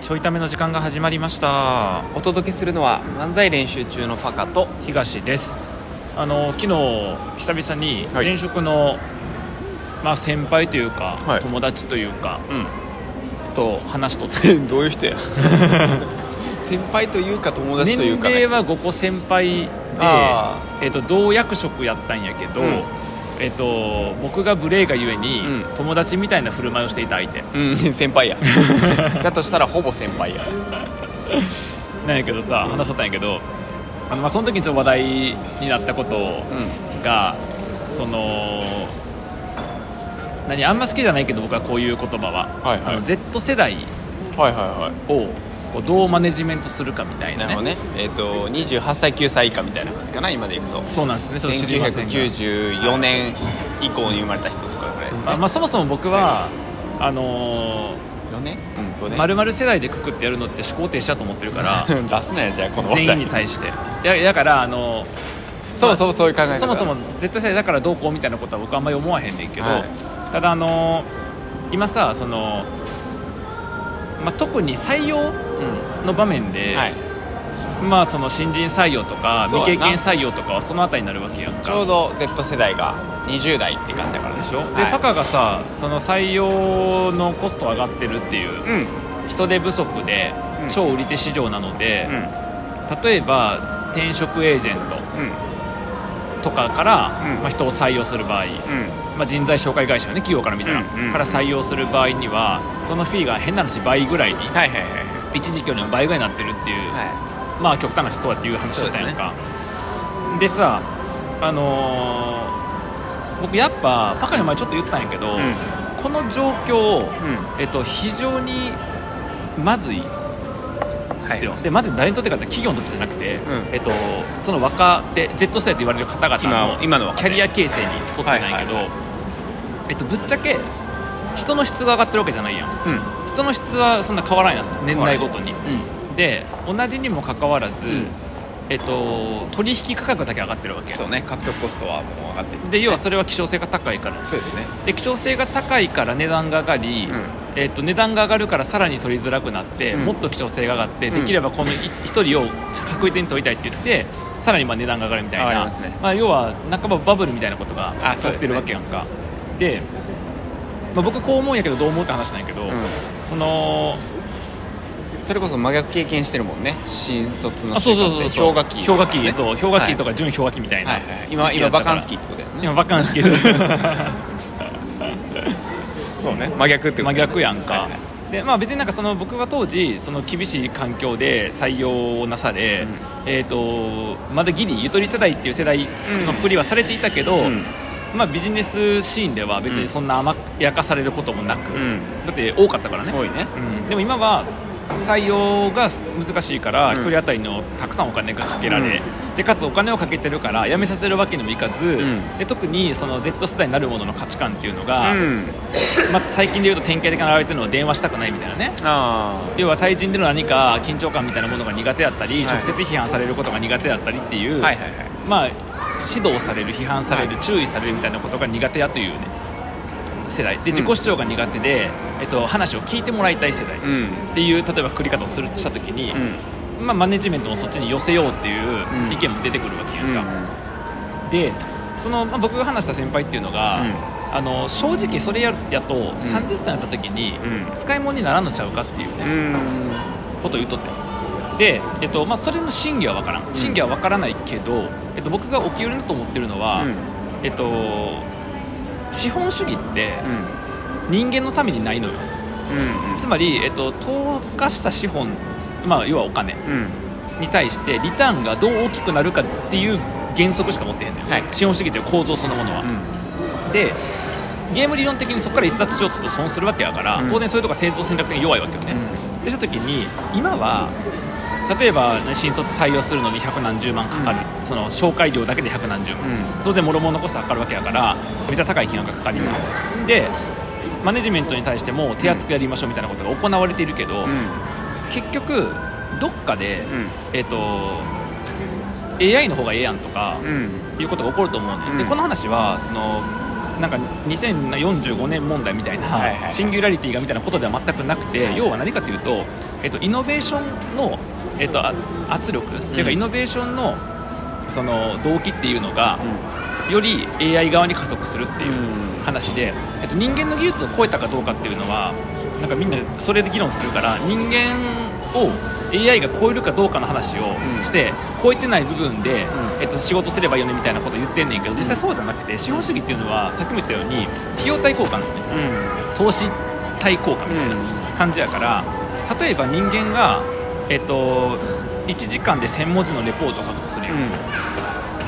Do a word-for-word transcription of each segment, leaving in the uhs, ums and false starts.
ちょいための時間が始まりました。 お届けするのは漫才練習中のパカと東です。あの昨日久々に前職の、はいまあ、先輩というか、はい、友達というか、うん、と話しとってどういう人や先輩というか友達というか年齢はごこ先輩で、えー、と同役職やったんやけど、うんえっと、僕が無礼がゆえに、うん、友達みたいな振る舞いをしていた相手、 うん、先輩やだとしたらほぼ先輩やなんやけどさ話しとったんやけどあの、まあ、その時にちょっと話題になったことが、うん、その何あんま好きじゃないけど僕はこういう言葉は、はいはい、あの Z 世代を、はいはいはいこうどうマネジメントするかみたいなね、 ねえー、とにじゅうはっさいきゅうさい以下みたいな感じかな今でいくと。 そうなんですね。ちょっと知りませんがせんきゅうひゃくきゅうじゅうよねん以降に生まれた人とかぐらいですね。 まあまあ、そもそも僕はあのー、 よねん、うん、ごねん丸々世代でくくってやるのって思考停止だと思ってるから出すなよじゃあこの全員に対してだ, だからあのー、 そもそもそういう考え方そもそも Z 世代だからどうこうみたいなことは僕はあんまり思わへんねんけど、はい、ただあのー、今さそのまあ、特に採用の場面で、うんはいまあ、その新人採用とか未経験採用とかはそのあたりになるわけやんか。 ちょうど Z 世代がにじゅう代って感じだからでしょ、はい、でパカがさその採用のコスト上がってるっていう、うん、人手不足で超売り手市場なので、うん、例えば転職エージェント、うんとかから、うんまあ、人を採用する場合、うんまあ、人材紹介会社がね企業から見たら、うんうん、から採用する場合にはそのフィーが変な話倍ぐらいに、はいはいはい、一時期よりも倍ぐらいになってるっていう、はい、まあ極端な話そうやっていう話だったやんか。で, でさあのー、僕やっぱパカに前ちょっと言ったんやけど、うん、この状況、うんえっと、非常にまずいですよ、はい、でまず誰にとってかって企業にとってじゃなくて、うんえっと、その若手 Z 世代と言われる方々の今のキャリア形成にとってないけど、はいはいはいえっと、ぶっちゃけ人の質が上がってるわけじゃないやん、うん、人の質はそんな変わらんやん年代ごとに、うん、で同じにもかかわらず、うんえっと、取引価格だけ上がってるわけ。 そうね獲得コストはもう上がってる、ね、 で要はそれは希少性が高いからそうですね。 で希少性が高いから値段が上がり、うんえっと、値段が上がるからさらに取りづらくなって、うん、もっと希少性が上がって、うん、できればこのひとりを確実に取りたいって言ってさらにまあ値段が上がるみたいな、ねまあ、要は半ばバブルみたいなことが起きてるわけやんか。で、まあ、僕こう思うんやけどどう思うって話なんやけど、うん、そのそれこそ真逆経験してるもんね。新卒のそうそうそうそう氷河期、ね、氷河期そう氷河期とか準氷河期みたいな、はいはいはい、 今今バカンス期ってことだよね。 今バカンス期そうね真逆ってこと、ね、 真逆やんか、はいはいでまあ、別になんかその僕は当時その厳しい環境で採用をなされ、うんえー、とまだギリゆとり世代っていう世代のくりはされていたけど、うんまあ、ビジネスシーンでは別にそんな甘やかされることもなく、うん、だって多かったからね。 多いね、 うん、でも今は採用が難しいからひとり当たりのたくさんお金がかけられ、うん、でかつお金をかけてるから辞めさせるわけにもいかず、うん、で特にその Z 世代になるものの価値観っていうのが、うんまあ、最近でいうと典型的な現れてるのは電話したくないみたいなね。あ要は対人での何か緊張感みたいなものが苦手だったり、はい、直接批判されることが苦手だったりっていう、はいはいはいまあ、指導される批判される、はい、注意されるみたいなことが苦手やというね世代で自己主張が苦手で、うんえっと、話を聞いてもらいたい世代っていう、うん、例えば繰り方をするしたときに、うんまあ、マネジメントもそっちに寄せようっていう意見も出てくるわけやんか、うん、でその、まあ、僕が話した先輩っていうのが、うん、あの正直それややとさんじゅっさいになった時に使い物にならんのちゃうかっていうね、うん、ことを言っとってで、えっとまあ、それの真偽は分からん真偽は分からないけど、えっと、僕が起きうるなと思ってるのは、うんえっと資本主義って人間のためにないのよ、うんうん、つまり、えっと、投下した資本、まあ、要はお金に対してリターンがどう大きくなるかっていう原則しか持ってへんのよ、はい、資本主義という構造そのものは、うん、でゲーム理論的にそこから逸脱しようとすると損するわけやから、うん、当然そういうところが製造戦略的に弱いわけよね、うん、でした時に今は例えば、ね、新卒採用するのに百何十万かかる、うん、その紹介料だけで百何十万、うん、当然諸々のコストかかるわけやからめっちゃ高い金額がかかります、うん、でマネジメントに対しても手厚くやりましょうみたいなことが行われているけど、うん、結局どっかで、うんえーと、エーアイ の方がええやんとか、うん、いうことが起こると思うね、うん、でこの話はそのなんかにせんよんじゅうごねん問題みたいな、はいはいはい、シンギュラリティがみたいなことでは全くなくて、はい、要は何かというとえっと、イノベーションの、えっと、圧力っていうか、イノベーションのその動機っていうのが、うん、より エーアイ 側に加速するっていう話で、えっと、人間の技術を超えたかどうかっていうのはなんかみんなそれで議論するから、人間を エーアイ が超えるかどうかの話をして、うん、超えてない部分で、うんえっと、仕事すればいいよねみたいなことを言ってんねんけど、実際そうじゃなくて、資本主義っていうのはさっきも言ったように費用対効果なのね、うん、投資対効果みたいな感じやから、例えば人間が、えっと、いちじかんでせんもじのレポートを書くとするよ、うん、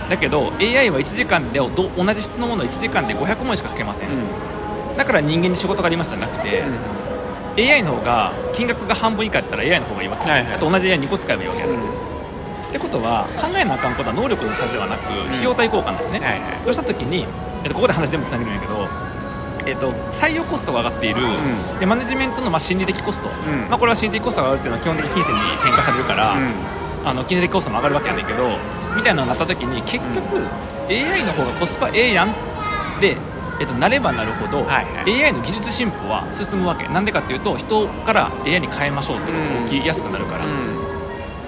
だけど エーアイ はいちじかんで同じ質のものをいちじかんでごひゃくもんしか書けません、うん、だから人間に仕事がありますじゃなくて、うん、エーアイ の方が金額が半分以下だったら エーアイ の方がいいわけ、はいはい、あと同じ エーアイにこ使えばいいわけや、うん、ってことは考えなあかんことは能力の差ではなく、うん、費用対効果なんだね、はいはい、そうした時に、えっと、ここで話全部つなげるんやけど、えっと、採用コストが上がっている、うん、でマネジメントのまあ心理的コスト、うんまあ、これは心理的コストが上がるっていうのは基本的に金銭に変化されるから、うん、あの金銭的コストも上がるわけやねんけど、みたいなのになった時に結局、うん、エーアイ の方がコスパええやんで、えっと、なればなるほど、はいはい、エーアイ の技術進歩は進むわけなんでかっていうと、人から エーアイ に変えましょうってことが起きやすくなるから、うん、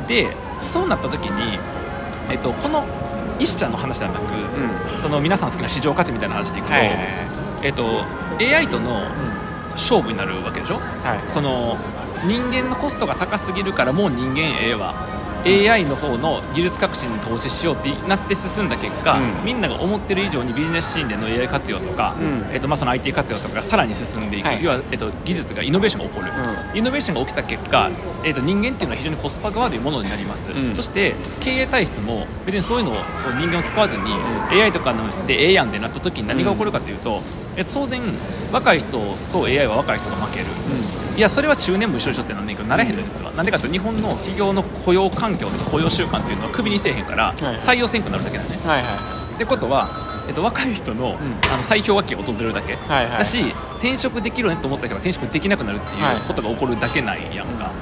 でそうなった時に、えっと、この一社の話ではなく、うん、その皆さん好きな市場価値みたいな話でいくと、はいはいはいえっと、エーアイ との勝負になるわけでしょ、はい、その人間のコストが高すぎるからもう人間ええわ、エーアイ の方の技術革新に投資しようってなって進んだ結果、うん、みんなが思ってる以上にビジネスシーンでの エーアイ 活用とか、うんえっとまあ、その アイティー 活用とかがさらに進んでいく、はい要はえっと、技術がイノベーションが起こる、うん、イノベーションが起きた結果、えっと、人間っていうのは非常にコスパが悪いものになります、うん、そして経営体質も別にそういうのを人間を使わずに、うん、エーアイ とかのでええやんってなった時に何が起こるかというと、うん、当然若い人と エーアイ は若い人が負ける、うん、いやそれは中年も一緒でしょってなんねんけどなれへんの実は、なんでかというと日本の企業の雇用環境と雇用習慣っていうのはクビにせえへんから採用せんくなるだけだね、はいはい、ってことは、えっと、若い人 の,、うん、あの採用脇が訪れるだけ、はいはい、だし転職できるねと思ってた人が転職できなくなるっていうことが起こるだけないやんか、はい、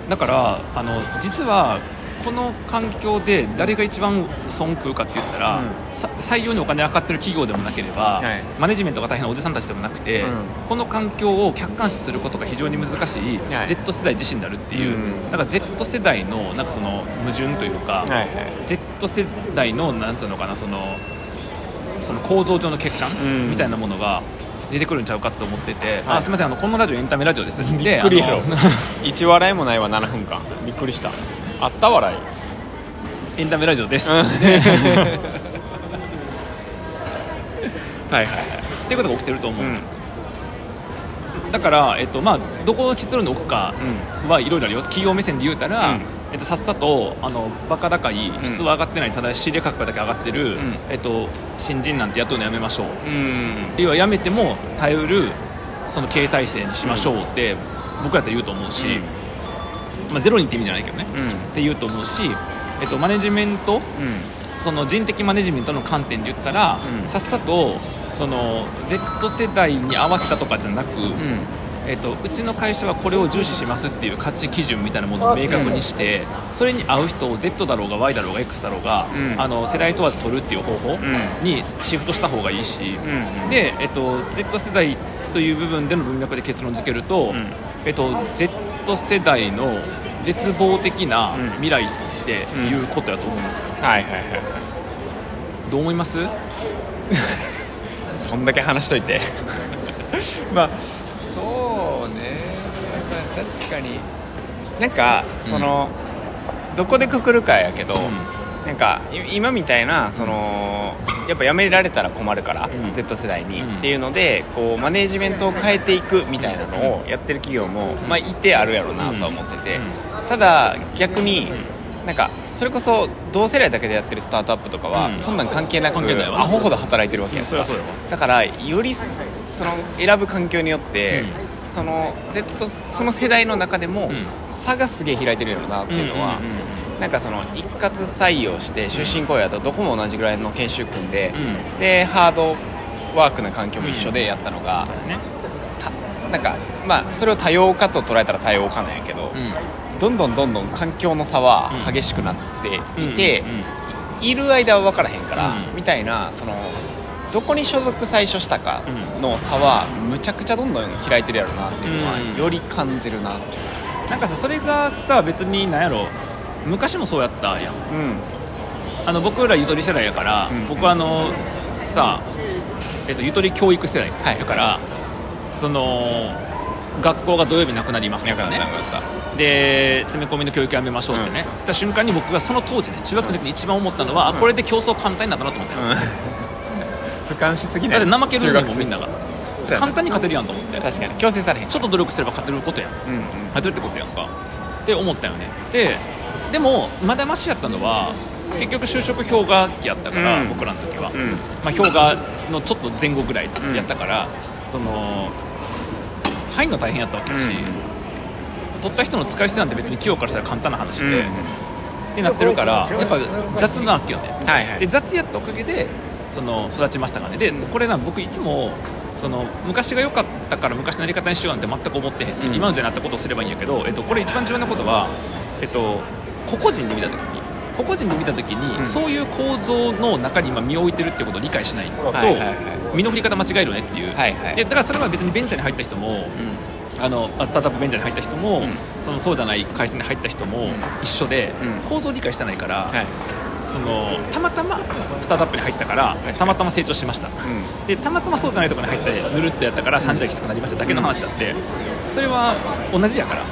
だからあの実はこの環境で誰が一番損食うかって言ったら、うん、採用にお金がかかってる企業でもなければ、はい、マネジメントが大変なおじさんたちでもなくて、うん、この環境を客観視することが非常に難しい、はい、Z 世代自身になるっていう、うん、だから Z 世代のなんかその矛盾というか、はいはい、Z 世代のなんていうのかなそのその構造上の欠陥、うん、みたいなものが出てくるんちゃうかと思ってて、はい、あすみませんあのこのラジオエンタメラジオですびっくりやろいち笑いもないわななふんかんびっくりしたあった笑いエンタメラジオですはいはいはいっていうことが起きてると思う、うん、だから、えっとまあ、どこを結論に置くかはいろいろあるよ。企業目線で言うたら、うんえっと、さっさとあのバカ高い質は上がってない、うん、ただ仕入れ価格だけ上がってる、うんえっと、新人なんて雇うのやめましょう、うん、要はやめても耐えうるその経営体制にしましょうって、うん、僕やったら言うと思うし、うんまあ、ゼロにって意味じゃないけどね、うん、って言うと思うし、えっと、マネジメント、うん、その人的マネジメントの観点で言ったら、うん、さっさとその Z 世代に合わせたとかじゃなく、うんえっと、うちの会社はこれを重視しますっていう価値基準みたいなものを明確にして、うん、それに合う人を Z だろうが Y だろうが X だろうが、うん、あの世代問わず取るっていう方法にシフトした方がいいし、うん、で、えっと、Z 世代という部分での文脈で結論付けると、うんえっと、Z 世代の絶望的な未来っていうことやと思うんですよ、うん、はいはいはいどう思いますそんだけ話しといてまあそうね、まあ、確かになんかその、うん、どこでくくるかやけど、うん、なんか今みたいなそのやっぱ辞められたら困るから、うん、Z 世代に、うん、っていうのでこうマネージメントを変えていくみたいなのをやってる企業も、うんまあ、いてあるやろうなとは思ってて、うん、ただ逆になんかそれこそ同世代だけでやってるスタートアップとかは、うん、そんなん関係なくアホほど働いてるわけやから、うん、だからよりその選ぶ環境によって、うん、その Z その世代の中でも差がすげえ開いてるよなっていうのは、うんうんうんうん、なんかその一括採用して終身雇用だとどこも同じぐらいの研修組んで、うん、でハードワークな環境も一緒でやったのが、うんね、なんかまあそれを多様化と捉えたら多様化なんやけど、うんどんどんどんどん環境の差は激しくなっていて、うんうんうん、いる間は分からへんから、うん、みたいなそのどこに所属最初したかの差はむちゃくちゃどんどん開いてるやろなっていうのはより感じるな、 なんかさそれがさ別に何やろ昔もそうやったやん、うん、あの僕らゆとり世代やから、うん、僕はあのさ、えっと、ゆとり教育世代やから、はい、その学校が土曜日なくなりますとかねで詰め込みの教育やめましょうってね、うん、言った瞬間に僕がその当時ね中学生の時に一番思ったのは、うん、これで競争簡単になったなと思って、うん、 俯瞰しすぎないだって怠けるのもみんなが簡単に勝てるやんと思って確かに強制されへんちょっと努力すれば勝てることやん、うんうん、勝てるってことやんかって思ったよねででもまだマシやったのは結局就職氷河期やったから、うん、僕らの時は、うんまあ、氷河のちょっと前後ぐらいやったから、うん、その入るの大変やったわけだし、うん、取った人の使い捨てなんて別に企業からしたら簡単な話で、うん、ってなってるからやっぱ雑なわけよね、はいはい、で雑やったおかげでその育ちましたからねでこれな僕いつもその昔が良かったから昔のやり方にしようなんて全く思ってへん、うん、今のじゃなったことをすればいいんやけど、えっと、これ一番重要なことは、えっと、個々人で見た時に個々人で見た時に、うん、そういう構造の中に今身を置いてるってことを理解しないと、はいはいはい、身の振り方間違えるねっていう、はいはい、でだからそれは別にベンチャーに入った人も、うん、あのスタートアップベンチャーに入った人も、うん、そのそうじゃない会社に入った人も一緒で、うん、構造を理解してないから、はいそのたまたまスタートアップに入ったからたまたま成長しました、うん、でたまたまそうじゃないところに入ってぬるっとやったからさんじ代きつくなりましただけの話だってそれは同じやから、うん、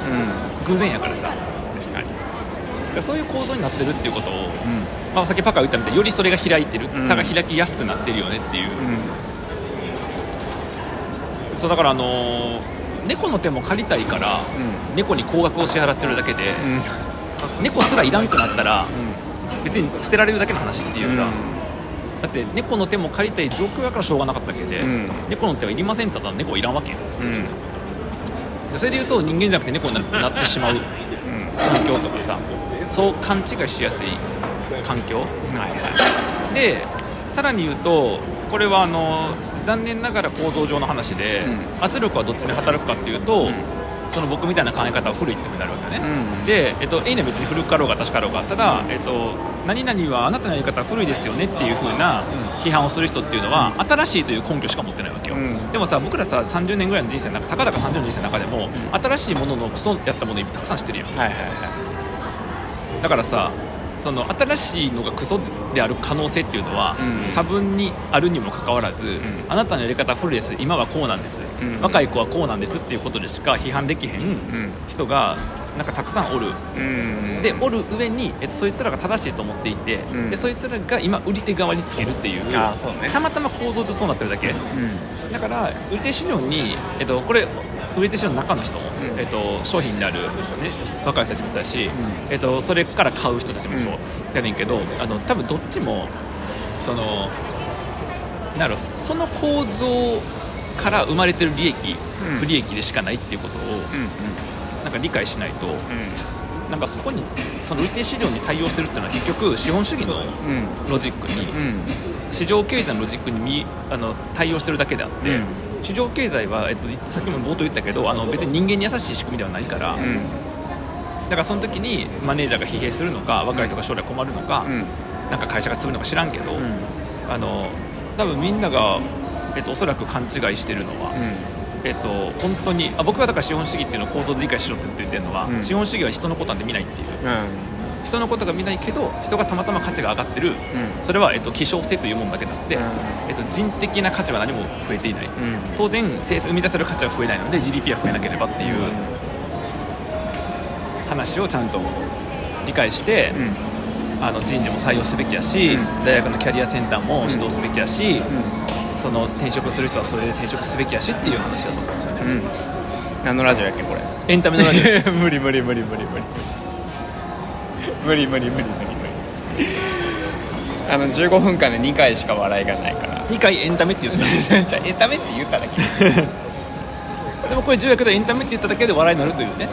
偶然やからさ確かにそういう構造になってるっていうことを、うんまあ、さっきパカが言ったみたいによりそれが開いてる、うん、差が開きやすくなってるよねっていう、うん、そうだからあのー、猫の手も借りたいから、うん、猫に高額を支払ってるだけで、うん、猫すらいらんくなったら、うん別に捨てられるだけの話っていうさ、うん、だって猫の手も借りたい状況やからしょうがなかっただけで、うん、猫の手はいりませんって言ったら猫はいらんわけよ、うん、でそれでいうと人間じゃなくて猫になってしまう環境とかさそう勘違いしやすい環境、はいはい、でさらに言うとこれはあの残念ながら構造上の話で、うん、圧力はどっちに働くかっていうと、うんその僕みたいな考え方は古いってことになるわけね、うん、で、えっと、いいね別に古かろうが確かろうがただ、えっと、何々はあなたのやり方は古いですよねっていう風な批判をする人っていうのは新しいという根拠しか持ってないわけよ、うん、でもさ僕らささんじゅうねんぐらいの人生の中たかだかさんじゅうねんの人生の中でも、うん、新しいもののクソやったものたくさん知ってるやん、はいはいはい、だからさその新しいのがクソである可能性っていうのは、うん、多分にあるにもかかわらず、うん、あなたのやり方は古いです今はこうなんです、うん、若い子はこうなんですっていうことでしか批判できへん人がなんかたくさんおる、うん、でおる上に、えっと、そいつらが正しいと思っていて、うん、でそいつらが今売り手側につけるっていう、あ、そうね、たまたま構造上そうなってるだけ、うん、だから売り手資料に、えっと、これ売れてしまう中の人も、うんえっと、商品になる、ね、若い人たちもそうだし、うんえっと、それから買う人たちもそうやねんけど、あの多分どっちもそのなるその構造から生まれてる利益、うん、不利益でしかないっていうことを、うんうん、なんか理解しないと、うん、なんかそこにその売り手資料に対応してるっていうのは結局資本主義のロジックに、うん、市場経済のロジックにあの対応してるだけであって、うん市場経済は、えっと、さっきも冒頭言ったけどあの別に人間に優しい仕組みではないから、うん、だからその時にマネージャーが疲弊するのか若い人が将来困るのか、うん、なんか会社が潰るのか知らんけど、うん、あの多分みんなが、えっと、おそらく勘違いしてるのは、うんえっと、本当にあ僕はだから資本主義っていうのを構造で理解しろってずっと言ってるのは、うん、資本主義は人のことなんて見ないっていう、うん人のことが見ないけど人がたまたま価値が上がってる、うん、それは、えっと、希少性というものだけだって、うんえっと、人的な価値は何も増えていない、うん、当然生み出せる価値は増えないので ジーディーピー は増えなければっていう話をちゃんと理解して、うん、あの人事も採用すべきやし、うん、大学のキャリアセンターも指導すべきやし、うん、その転職する人はそれで転職すべきやしっていう話だと思うんですよね、うん、 何のラジオやっけこれエンタメのラジオです無理無理無理無理無理無理無理無理無理無理あのじゅうごふんかんでにかいしか笑いがないからにかいエンタメって言ったじゃあエンタメって言っただけでもこれ重要やけどエンタメって言っただけで笑いになるというね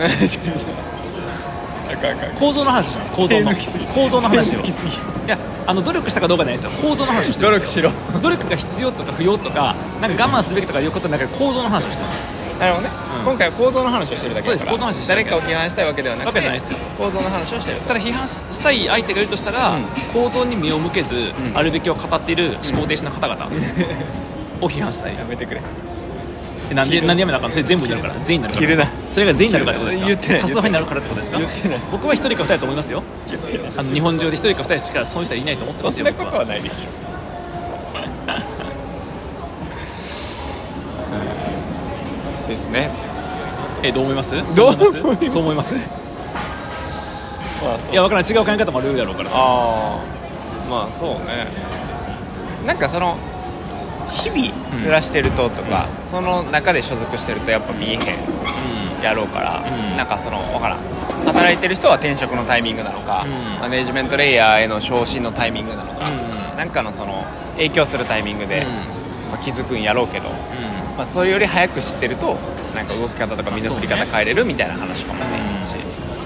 構造の話します構造の構造の話をいやあの努力したかどうかじゃないですよ構造の話をしてる努力しろ努力が必要とか不要とかなんか我慢すべきとかいうことの中で構造の話をしてるなるほどね、うん、今回は構造の話をしてるだけだからそうです構造の話してる誰かを批判したいわけではなくて構造の話をしてるただ批判したい相手がいるとしたら、うん、構造に目を向けず、うん、あるべきを語っている思考停止の方々を批判したいやめてくれえなんでなんでやめなあかんの？それ全部になるから全員になるから切るなそれが全員になるからってことですか？ 言ってない多数派になるからってことですか？ 言ってない僕は一人か二人だと思いますよ。あの日本中で一人か二人しかそういう人はいないと思ってますよ。 そんなことはないでしょですね。 えどう思います？ どうそう思います？そう思います？ まあそういや分からん、違う考え方もあるだろうからさ。 ああまあそうね。なんかその日々暮らしてるととか、うん、その中で所属してるとやっぱ見えへんやろうから、うん、なんかその分からん、働いてる人は転職のタイミングなのか、うん、マネージメントレイヤーへの昇進のタイミングなのか、うん、なんかのその影響するタイミングで、うんまあ、気づくんやろうけど、うんまあ、それより早く知ってるとなんか動き方とか水の振り方変えれるみたいな話かもしれないし、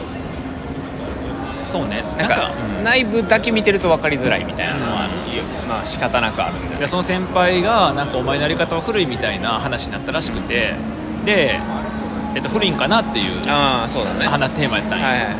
そうね、 なんか内部だけ見てると分かりづらいみたいなのは、うん、まあ仕方なくあるんで、 でその先輩がなんかお前のやり方は古いみたいな話になったらしくて、で、えっと、古いんかなっていうあそうだね話テーマやったんや、 はいはいはい、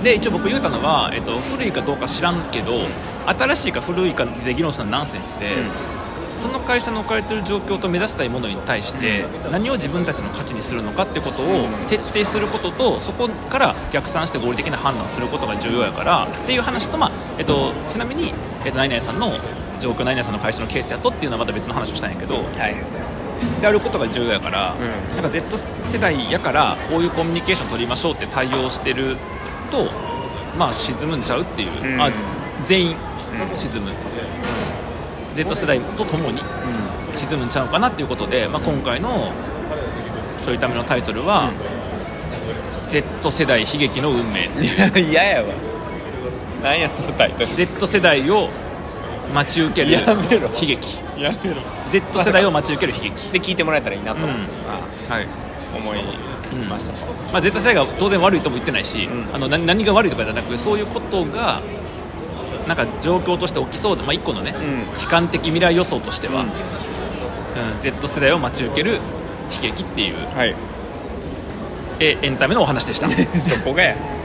で一応僕言うたのは、えっと、古いかどうか知らんけど新しいか古いかで議論するのはナンセンスで、うんその会社の置かれている状況と目指したいものに対して何を自分たちの価値にするのかってことを設定することと、そこから逆算して合理的な判断をすることが重要やからっていう話と、まあえっと、ちなみに、えっと、何々さんの状況、何々さんの会社のケースやとっていうのはまた別の話をしたんやけど、はい、であることが重要やから、うん、なんか Z 世代やからこういうコミュニケーション取りましょうって対応してると、まあ、沈むんちゃうっていう、うん、あ全員沈む、うんZ 世代とともに沈むんちゃうかなっていうことで、まあ、今回のちょいためのタイトルは、うん、Z 世代悲劇の運命。 いややわなんやそのタイトル。 Z 世代を待ち受ける悲劇。 やめろ Z 世代を待ち受ける悲劇で聞いてもらえたらいいなと、うんあはい、 思いました、うんまあ、Z 世代が当然悪いとも言ってないし、うん、あの 何, 何が悪いとかじゃなくそういうことがなんか状況として起きそうで、まあ、一個のね、うん、悲観的未来予想としては、うんうん、Z 世代を待ち受ける悲劇っていう、はい、えエンタメのお話でした。 どこがや